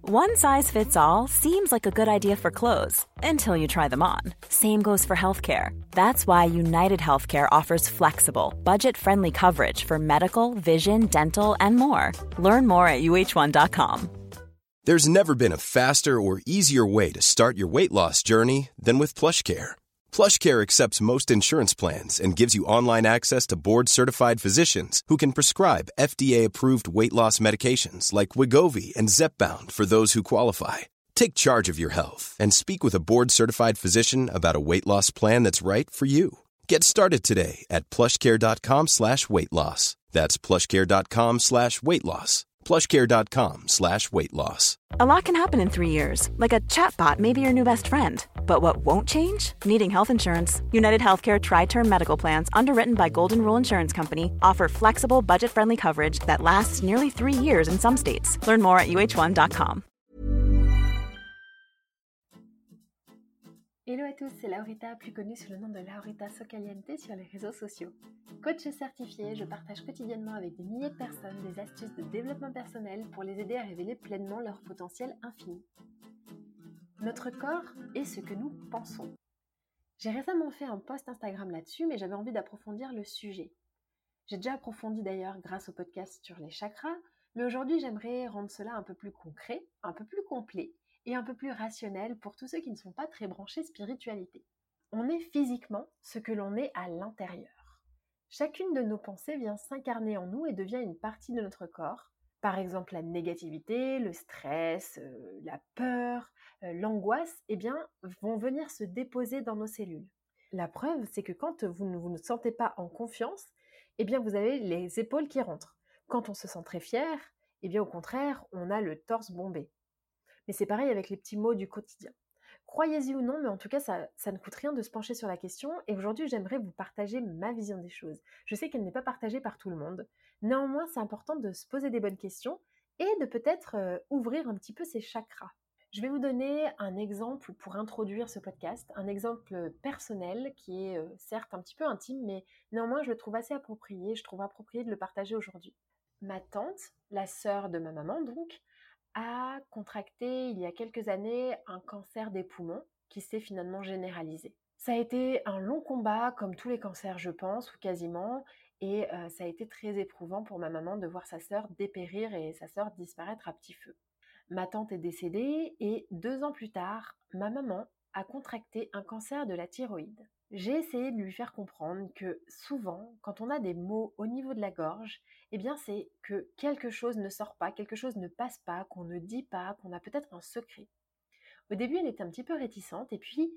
One size fits all seems like a good idea for clothes until you try them on. Same goes for healthcare. That's why United Healthcare offers flexible, budget-friendly coverage for medical, vision, dental, and more. Learn more at uh1.com. There's never been a faster or easier way to start your weight loss journey than with PlushCare. PlushCare accepts most insurance plans and gives you online access to board-certified physicians who can prescribe FDA-approved weight loss medications like Wegovy and Zepbound for those who qualify. Take charge of your health and speak with a board-certified physician about a weight loss plan that's right for you. Get started today at plushcare.com/weight loss. That's plushcare.com/weight loss. plushcare.com/weight loss. A lot can happen in 3 years, like a chatbot may be your new best friend. But what won't change? Needing health insurance. United Healthcare Tri-Term Medical Plans, underwritten by Golden Rule Insurance Company, offer flexible, budget-friendly coverage that lasts nearly 3 years in some states. Learn more at uh1.com. Hello à tous, c'est Laurita, plus connue sous le nom de Laurita Socaliente sur les réseaux sociaux. Coach certifiée, je partage quotidiennement avec des milliers de personnes des astuces de développement personnel pour les aider à révéler pleinement leur potentiel infini. Notre corps est ce que nous pensons. J'ai récemment fait un post Instagram là-dessus, mais j'avais envie d'approfondir le sujet. J'ai déjà approfondi d'ailleurs grâce au podcast sur les chakras, mais aujourd'hui j'aimerais rendre cela un peu plus concret, un peu plus complet et un peu plus rationnel pour tous ceux qui ne sont pas très branchés spiritualité. On est physiquement ce que l'on est à l'intérieur. Chacune de nos pensées vient s'incarner en nous et devient une partie de notre corps. Par exemple, la négativité, le stress, la peur, l'angoisse, vont venir se déposer dans nos cellules. La preuve, c'est que quand vous ne sentez pas en confiance, vous avez les épaules qui rentrent. Quand on se sent très fier, au contraire, on a le torse bombé. Mais c'est pareil avec les petits mots du quotidien. Croyez-y ou non, mais en tout cas, ça ne coûte rien de se pencher sur la question. Et aujourd'hui, j'aimerais vous partager ma vision des choses. Je sais qu'elle n'est pas partagée par tout le monde. Néanmoins, c'est important de se poser des bonnes questions et de peut-être ouvrir un petit peu ses chakras. Je vais vous donner un exemple pour introduire ce podcast, un exemple personnel qui est certes un petit peu intime, mais néanmoins, je le trouve assez approprié. Je trouve approprié de le partager aujourd'hui. Ma tante, la sœur de ma maman donc, a contracté il y a quelques années un cancer des poumons qui s'est finalement généralisé. Ça a été un long combat comme tous les cancers je pense, ou quasiment, et ça a été très éprouvant pour ma maman de voir sa sœur dépérir et sa sœur disparaître à petit feu. Ma tante est décédée et 2 ans plus tard, ma maman a contracté un cancer de la thyroïde. J'ai essayé de lui faire comprendre que souvent, quand on a des maux au niveau de la gorge, c'est que quelque chose ne sort pas, quelque chose ne passe pas, qu'on ne dit pas, qu'on a peut-être un secret. Au début, elle était un petit peu réticente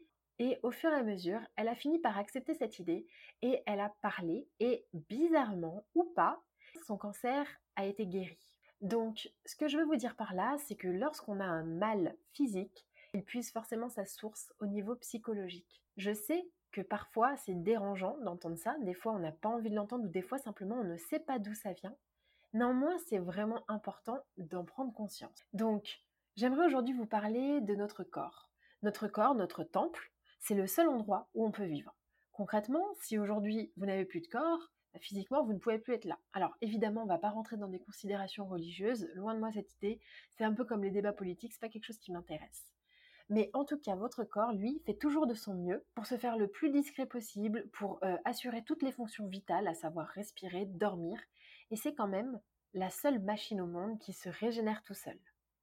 et au fur et à mesure, elle a fini par accepter cette idée et elle a parlé et bizarrement ou pas, son cancer a été guéri. Donc, ce que je veux vous dire par là, c'est que lorsqu'on a un mal physique, il puise forcément sa source au niveau psychologique. Je sais que parfois c'est dérangeant d'entendre ça, des fois on n'a pas envie de l'entendre ou des fois simplement on ne sait pas d'où ça vient. Néanmoins, c'est vraiment important d'en prendre conscience. Donc, j'aimerais aujourd'hui vous parler de notre corps. Notre corps, notre temple, c'est le seul endroit où on peut vivre. Concrètement, si aujourd'hui vous n'avez plus de corps, physiquement vous ne pouvez plus être là. Alors évidemment, on ne va pas rentrer dans des considérations religieuses, loin de moi cette idée, c'est un peu comme les débats politiques, c'est pas quelque chose qui m'intéresse. Mais en tout cas, votre corps, lui, fait toujours de son mieux pour se faire le plus discret possible, pour assurer toutes les fonctions vitales, à savoir respirer, dormir. Et c'est quand même la seule machine au monde qui se régénère tout seul.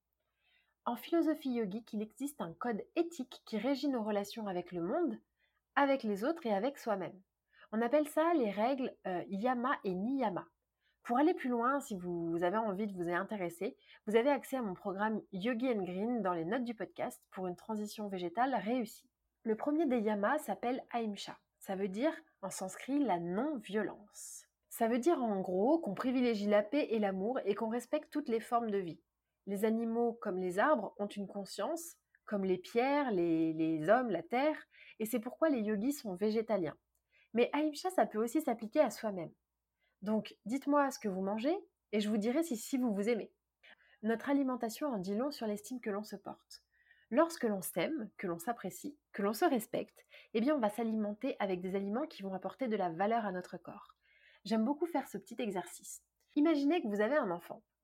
En philosophie yogique, il existe un code éthique qui régit nos relations avec le monde, avec les autres et avec soi-même. On appelle ça les règles Yama et Niyama. Pour aller plus loin, si vous avez envie de vous y intéresser, vous avez accès à mon programme Yogi and Green dans les notes du podcast pour une transition végétale réussie. Le premier des yamas s'appelle Ahimsa. Ça veut dire, en sanskrit, la non-violence. Ça veut dire en gros qu'on privilégie la paix et l'amour et qu'on respecte toutes les formes de vie. Les animaux comme les arbres ont une conscience, comme les pierres, les hommes, la terre, et c'est pourquoi les yogis sont végétaliens. Mais Ahimsa, ça peut aussi s'appliquer à soi-même. Donc, dites-moi ce que vous mangez et je vous dirai si vous vous aimez. Notre alimentation en dit long sur l'estime que l'on se porte. Lorsque l'on s'aime, que l'on s'apprécie, que l'on se respecte, on va s'alimenter avec des aliments qui vont apporter de la valeur à notre corps. J'aime beaucoup faire ce petit exercice. Imaginez que vous avez un enfant.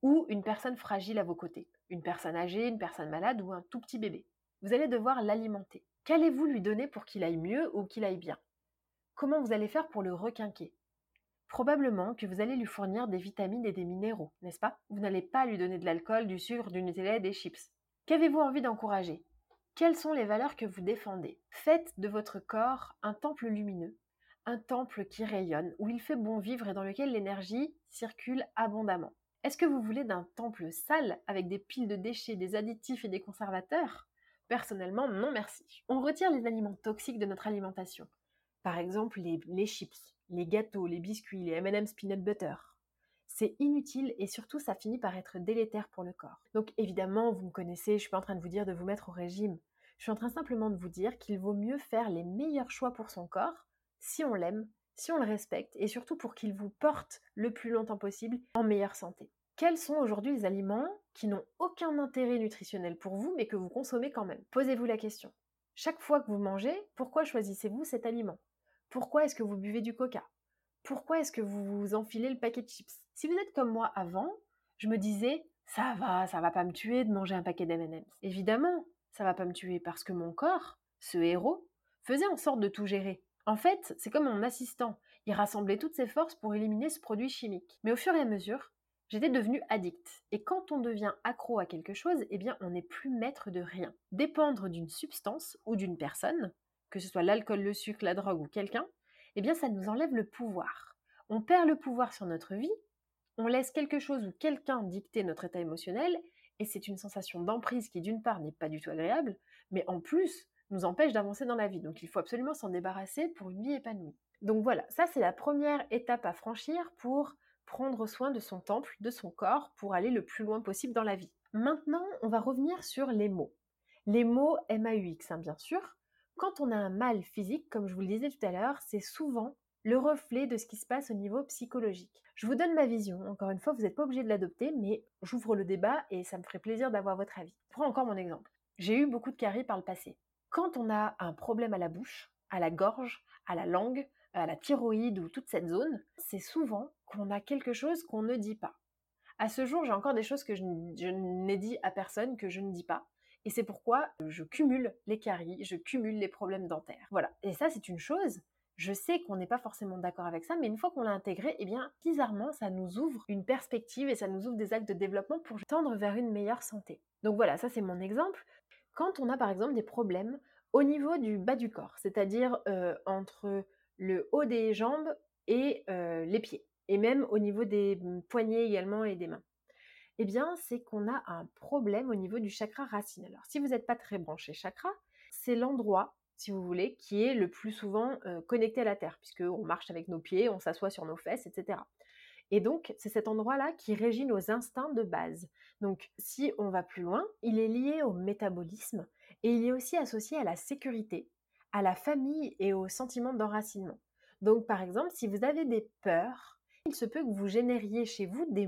ou une personne fragile à vos côtés, une personne âgée, une personne malade ou un tout petit bébé. Vous allez devoir l'alimenter. Qu'allez-vous lui donner pour qu'il aille mieux ou qu'il aille bien? Comment vous allez faire pour le requinquer? Probablement que vous allez lui fournir des vitamines et des minéraux, n'est-ce pas? Vous n'allez pas lui donner de l'alcool, du sucre, du Nutella et des chips. Qu'avez-vous envie d'encourager? Quelles sont les valeurs que vous défendez? Faites de votre corps un temple lumineux, un temple qui rayonne, où il fait bon vivre et dans lequel l'énergie circule abondamment. Est-ce que vous voulez d'un temple sale avec des piles de déchets, des additifs et des conservateurs? Personnellement, non merci. On retire les aliments toxiques de notre alimentation. Par exemple, les chips, les gâteaux, les biscuits, les M&M's peanut butter. C'est inutile et surtout ça finit par être délétère pour le corps. Donc évidemment, vous me connaissez, je ne suis pas en train de vous dire de vous mettre au régime. Je suis en train simplement de vous dire qu'il vaut mieux faire les meilleurs choix pour son corps, si on l'aime, si on le respecte, et surtout pour qu'il vous porte le plus longtemps possible en meilleure santé. Quels sont aujourd'hui les aliments qui n'ont aucun intérêt nutritionnel pour vous, mais que vous consommez quand même? Posez-vous la question. Chaque fois que vous mangez, pourquoi choisissez-vous cet aliment? Pourquoi est-ce que vous buvez du coca? Pourquoi est-ce que vous vous enfilez le paquet de chips? Si vous êtes comme moi avant, je me disais, ça va pas me tuer de manger un paquet d'M&M's. Évidemment, ça va pas me tuer parce que mon corps, ce héros, faisait en sorte de tout gérer. En fait, c'est comme mon assistant. Il rassemblait toutes ses forces pour éliminer ce produit chimique. Mais au fur et à mesure, j'étais devenue addict. Et quand on devient accro à quelque chose, eh bien, on n'est plus maître de rien. Dépendre d'une substance ou d'une personne, que ce soit l'alcool, le sucre, la drogue ou quelqu'un, eh bien ça nous enlève le pouvoir. On perd le pouvoir sur notre vie, on laisse quelque chose ou quelqu'un dicter notre état émotionnel, et c'est une sensation d'emprise qui d'une part n'est pas du tout agréable, mais en plus nous empêche d'avancer dans la vie. Donc il faut absolument s'en débarrasser pour une vie épanouie. Donc voilà, ça c'est la première étape à franchir pour prendre soin de son temple, de son corps, pour aller le plus loin possible dans la vie. Maintenant, on va revenir sur les mots. Les mots MAUX, bien sûr. Quand on a un mal physique, comme je vous le disais tout à l'heure, c'est souvent le reflet de ce qui se passe au niveau psychologique. Je vous donne ma vision, encore une fois, vous n'êtes pas obligé de l'adopter, mais j'ouvre le débat et ça me ferait plaisir d'avoir votre avis. Je prends encore mon exemple. J'ai eu beaucoup de caries par le passé. Quand on a un problème à la bouche, à la gorge, à la langue, à la thyroïde ou toute cette zone, c'est souvent qu'on a quelque chose qu'on ne dit pas. À ce jour, j'ai encore des choses que je n'ai dit à personne, que je ne dis pas. Et c'est pourquoi je cumule les caries, je cumule les problèmes dentaires. Voilà. Et ça, c'est une chose. Je sais qu'on n'est pas forcément d'accord avec ça, mais une fois qu'on l'a intégré, eh bien, bizarrement, ça nous ouvre une perspective et ça nous ouvre des axes de développement pour tendre vers une meilleure santé. Donc voilà, ça c'est mon exemple. Quand on a par exemple des problèmes au niveau du bas du corps, c'est-à-dire entre le haut des jambes et les pieds, et même au niveau des poignets également et des mains, eh bien, c'est qu'on a un problème au niveau du chakra racine. Alors, si vous n'êtes pas très branché chakra, c'est l'endroit, si vous voulez, qui est le plus souvent connecté à la terre, puisqu'on marche avec nos pieds, on s'assoit sur nos fesses, etc. Et donc, c'est cet endroit-là qui régit nos instincts de base. Donc, si on va plus loin, il est lié au métabolisme et il est aussi associé à la sécurité, à la famille et au sentiment d'enracinement. Donc, par exemple, si vous avez des peurs, il se peut que vous génériez chez vous des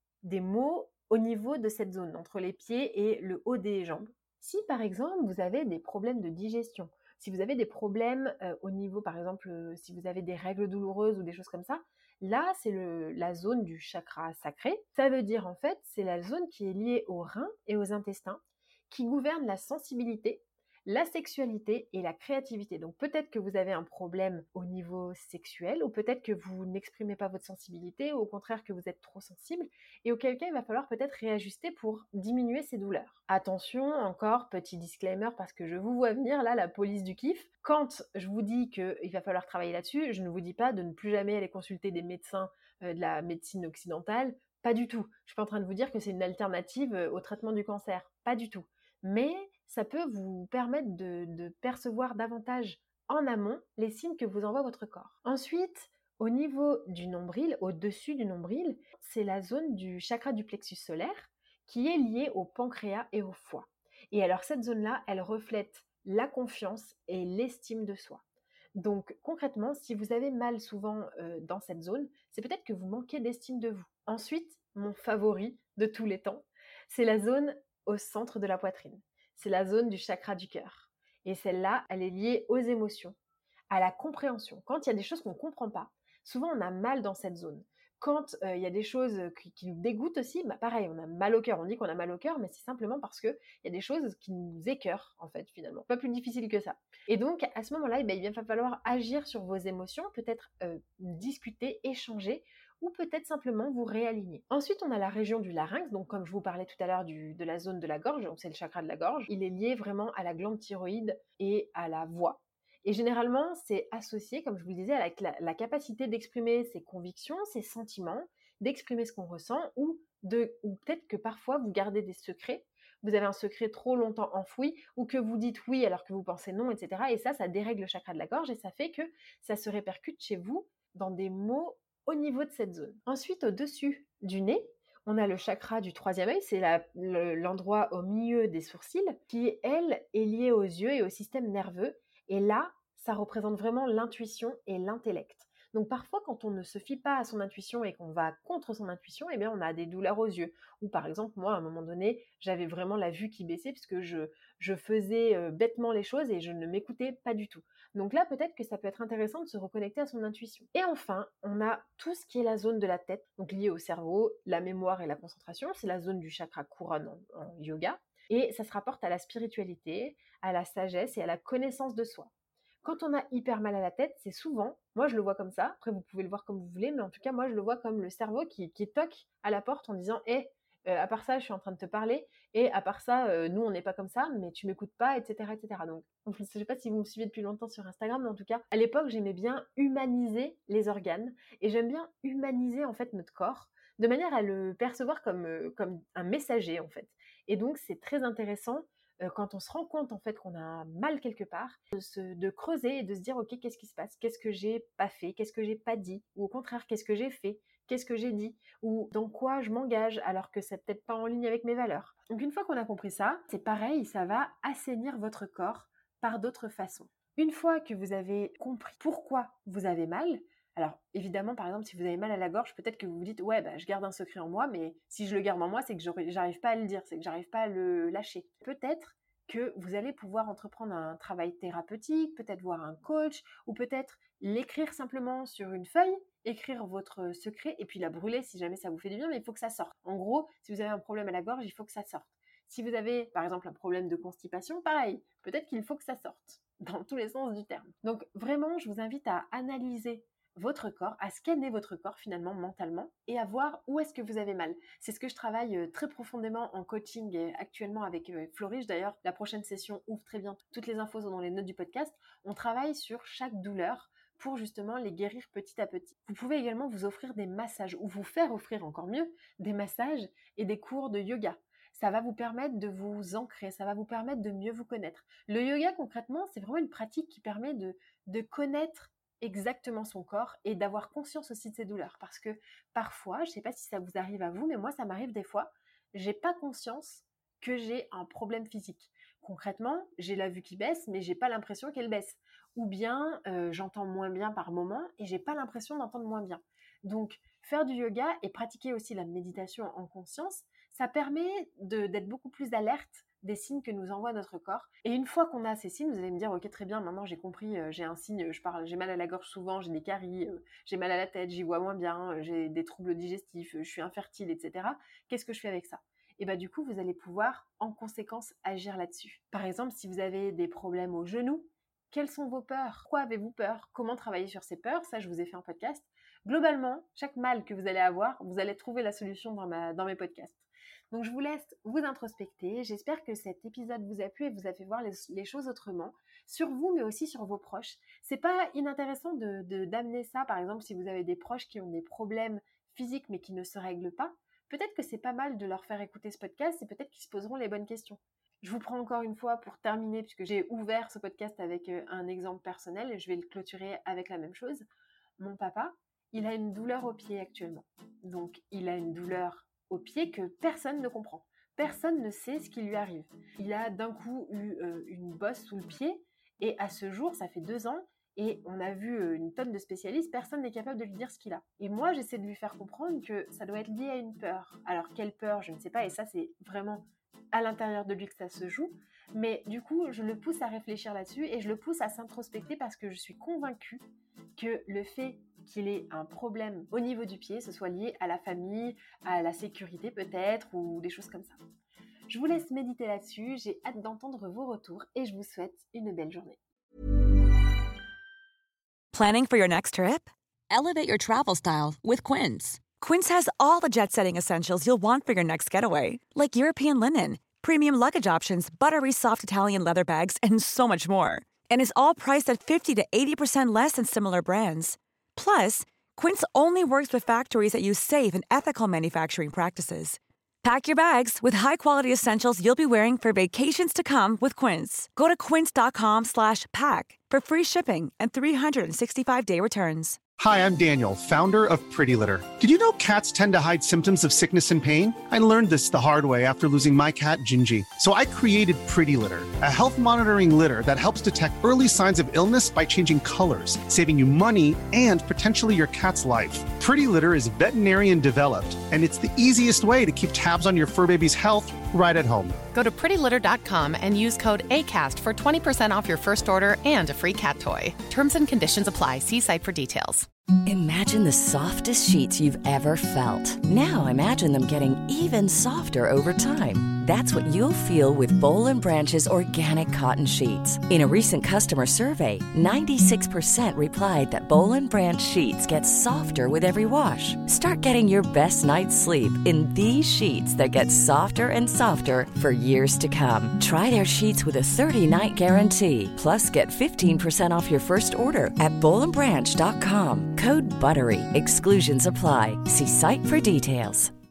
mots au niveau de cette zone, entre les pieds et le haut des jambes. Si, par exemple, vous avez des problèmes de digestion, si vous avez des problèmes au niveau, par exemple, si vous avez des règles douloureuses ou des choses comme ça, là, c'est la zone du chakra sacré. Ça veut dire, en fait, c'est la zone qui est liée aux reins et aux intestins, qui gouverne la sensibilité, la sexualité et la créativité. Donc peut-être que vous avez un problème au niveau sexuel, ou peut-être que vous n'exprimez pas votre sensibilité, ou au contraire que vous êtes trop sensible, et auquel cas il va falloir peut-être réajuster pour diminuer ces douleurs. Attention, encore petit disclaimer, parce que je vous vois venir là, la police du kiff. Quand je vous dis qu'il va falloir travailler là-dessus, je ne vous dis pas de ne plus jamais aller consulter des médecins de la médecine occidentale, pas du tout. Je suis pas en train de vous dire que c'est une alternative au traitement du cancer, pas du tout. Mais ça peut vous permettre de percevoir davantage en amont les signes que vous envoie votre corps. Ensuite, au niveau du nombril, au-dessus du nombril, c'est la zone du chakra du plexus solaire qui est liée au pancréas et au foie. Et alors cette zone-là, elle reflète la confiance et l'estime de soi. Donc concrètement, si vous avez mal souvent dans cette zone, c'est peut-être que vous manquez d'estime de vous. Ensuite, mon favori de tous les temps, c'est la zone au centre de la poitrine. C'est la zone du chakra du cœur. Et celle-là, elle est liée aux émotions, à la compréhension. Quand il y a des choses qu'on ne comprend pas, souvent on a mal dans cette zone. Quand il y a des choses qui nous dégoûtent aussi, pareil, on a mal au cœur. On dit qu'on a mal au cœur, mais c'est simplement parce qu'il y a des choses qui nous écœurent, en fait, finalement. Pas plus difficile que ça. Et donc, à ce moment-là, il va falloir agir sur vos émotions, peut-être discuter, échanger, ou peut-être simplement vous réaligner. Ensuite, on a la région du larynx, donc comme je vous parlais tout à l'heure de la zone de la gorge, donc c'est le chakra de la gorge. Il est lié vraiment à la glande thyroïde et à la voix. Et généralement, c'est associé, comme je vous le disais, avec la capacité d'exprimer ses convictions, ses sentiments, d'exprimer ce qu'on ressent, ou peut-être que parfois vous gardez des secrets, vous avez un secret trop longtemps enfoui, ou que vous dites oui alors que vous pensez non, etc. Et ça dérègle le chakra de la gorge, et ça fait que ça se répercute chez vous dans des maux au niveau de cette zone. Ensuite, au-dessus du nez, on a le chakra du troisième œil, c'est l'endroit au milieu des sourcils, qui, elle, est lié aux yeux et au système nerveux. Et là, ça représente vraiment l'intuition et l'intellect. Donc parfois, quand on ne se fie pas à son intuition et qu'on va contre son intuition, eh bien, on a des douleurs aux yeux. Ou par exemple, moi, à un moment donné, j'avais vraiment la vue qui baissait puisque je faisais bêtement les choses et je ne m'écoutais pas du tout. Donc là, peut-être que ça peut être intéressant de se reconnecter à son intuition. Et enfin, on a tout ce qui est la zone de la tête, donc liée au cerveau, la mémoire et la concentration. C'est la zone du chakra couronne en yoga. Et ça se rapporte à la spiritualité, à la sagesse et à la connaissance de soi. Quand on a hyper mal à la tête, c'est souvent, moi je le vois comme ça, après vous pouvez le voir comme vous voulez, mais en tout cas moi je le vois comme le cerveau qui toque à la porte en disant à part ça je suis en train de te parler, et à part ça nous on n'est pas comme ça, mais tu m'écoutes pas, etc. etc. Donc je ne sais pas si vous me suivez depuis longtemps sur Instagram, mais en tout cas à l'époque j'aimais bien humaniser les organes, et j'aime bien humaniser en fait notre corps, de manière à le percevoir comme un messager en fait. Et donc c'est très intéressant quand on se rend compte en fait qu'on a mal quelque part, de creuser et de se dire ok, qu'est-ce qui se passe, qu'est-ce que j'ai pas fait, qu'est-ce que j'ai pas dit, ou au contraire qu'est-ce que j'ai fait, qu'est-ce que j'ai dit, ou dans quoi je m'engage alors que c'est peut-être pas en ligne avec mes valeurs. Donc une fois qu'on a compris ça, c'est pareil, ça va assainir votre corps par d'autres façons. Une fois que vous avez compris pourquoi vous avez mal, alors évidemment, par exemple, si vous avez mal à la gorge, peut-être que vous vous dites ouais, je garde un secret en moi, mais si je le garde en moi, c'est que j'arrive pas à le dire, c'est que j'arrive pas à le lâcher. Peut-être que vous allez pouvoir entreprendre un travail thérapeutique, peut-être voir un coach, ou peut-être l'écrire simplement sur une feuille, écrire votre secret et puis la brûler si jamais ça vous fait du bien, mais il faut que ça sorte. En gros, si vous avez un problème à la gorge, il faut que ça sorte. Si vous avez, par exemple, un problème de constipation, pareil, peut-être qu'il faut que ça sorte, dans tous les sens du terme. Donc vraiment, je vous invite à analyser votre corps, à scanner votre corps finalement mentalement et à voir où est-ce que vous avez mal. C'est ce que je travaille très profondément en coaching actuellement avec Flourish. D'ailleurs, la prochaine session ouvre très bientôt. Toutes les infos sont dans les notes du podcast. On travaille sur chaque douleur pour justement les guérir petit à petit. Vous pouvez également vous offrir des massages ou vous faire offrir encore mieux des massages et des cours de yoga. Ça va vous permettre de vous ancrer, ça va vous permettre de mieux vous connaître. Le yoga concrètement, c'est vraiment une pratique qui permet de connaître exactement son corps et d'avoir conscience aussi de ses douleurs, parce que parfois, je ne sais pas si ça vous arrive à vous, mais moi ça m'arrive des fois, j'ai pas conscience que j'ai un problème physique. Concrètement, j'ai la vue qui baisse, mais j'ai pas l'impression qu'elle baisse, ou bien j'entends moins bien par moment et j'ai pas l'impression d'entendre moins bien. Donc faire du yoga et pratiquer aussi la méditation en conscience, ça permet d'être beaucoup plus alerte des signes que nous envoie notre corps. Et une fois qu'on a ces signes, vous allez me dire ok, très bien, maintenant j'ai compris, j'ai un signe, j'ai mal à la gorge souvent, j'ai des caries, j'ai mal à la tête, j'y vois moins bien, j'ai des troubles digestifs, je suis infertile, etc. Qu'est-ce que je fais avec ça? Et du coup, vous allez pouvoir en conséquence agir là-dessus. Par exemple, si vous avez des problèmes au genou, quelles sont vos peurs? Pourquoi avez-vous peur? Comment travailler sur ces peurs? Ça, je vous ai fait un podcast. Globalement, chaque mal que vous allez avoir, vous allez trouver la solution dans mes podcasts. Donc je vous laisse vous introspecter. J'espère que cet épisode vous a plu et vous a fait voir les choses autrement, sur vous mais aussi sur vos proches. C'est pas inintéressant d'amener ça, par exemple, si vous avez des proches qui ont des problèmes physiques mais qui ne se règlent pas, peut-être que c'est pas mal de leur faire écouter ce podcast et peut-être qu'ils se poseront les bonnes questions. Je vous prends encore une fois pour terminer, puisque j'ai ouvert ce podcast avec un exemple personnel et je vais le clôturer avec la même chose. Mon papa, il a une douleur au pied actuellement. Donc il a une douleur au pied que personne ne comprend. Personne ne sait ce qui lui arrive. Il a d'un coup eu une bosse sous le pied et à ce jour, ça fait 2 ans, et on a vu une tonne de spécialistes, personne n'est capable de lui dire ce qu'il a. Et moi, j'essaie de lui faire comprendre que ça doit être lié à une peur. Alors quelle peur, je ne sais pas, et ça c'est vraiment à l'intérieur de lui que ça se joue. Mais du coup, je le pousse à réfléchir là-dessus et je le pousse à s'introspecter parce que je suis convaincue que le fait qu'il ait un problème au niveau du pied, ce soit lié à la famille, à la sécurité peut-être, ou des choses comme ça. Je vous laisse méditer là-dessus, j'ai hâte d'entendre vos retours et je vous souhaite une belle journée. Planning for your next trip? Elevate your travel style with Quince. Quince has all the jet-setting essentials you'll want for your next getaway, like European linen, premium luggage options, buttery soft Italian leather bags, and so much more. And is all priced at 50 to 80% less than similar brands. Plus, Quince only works with factories that use safe and ethical manufacturing practices. Pack your bags with high-quality essentials you'll be wearing for vacations to come with Quince. Go to quince.com/pack for free shipping and 365-day returns. Hi, I'm Daniel, founder of Pretty Litter. Did you know cats tend to hide symptoms of sickness and pain? I learned this the hard way after losing my cat, Gingy. So I created Pretty Litter, a health monitoring litter that helps detect early signs of illness by changing colors, saving you money and potentially your cat's life. Pretty Litter is veterinarian developed, and it's the easiest way to keep tabs on your fur baby's health right at home. Go to prettylitter.com and use code ACAST for 20% off your first order and a free cat toy. Terms and conditions apply. See site for details. Imagine the softest sheets you've ever felt. Now imagine them getting even softer over time. That's what you'll feel with Boll & Branch's organic cotton sheets. In a recent customer survey, 96% replied that Boll & Branch sheets get softer with every wash. Start getting your best night's sleep in these sheets that get softer and softer for years to come. Try their sheets with a 30-night guarantee. Plus, get 15% off your first order at bollandbranch.com. Code BUTTERY. Exclusions apply. See site for details.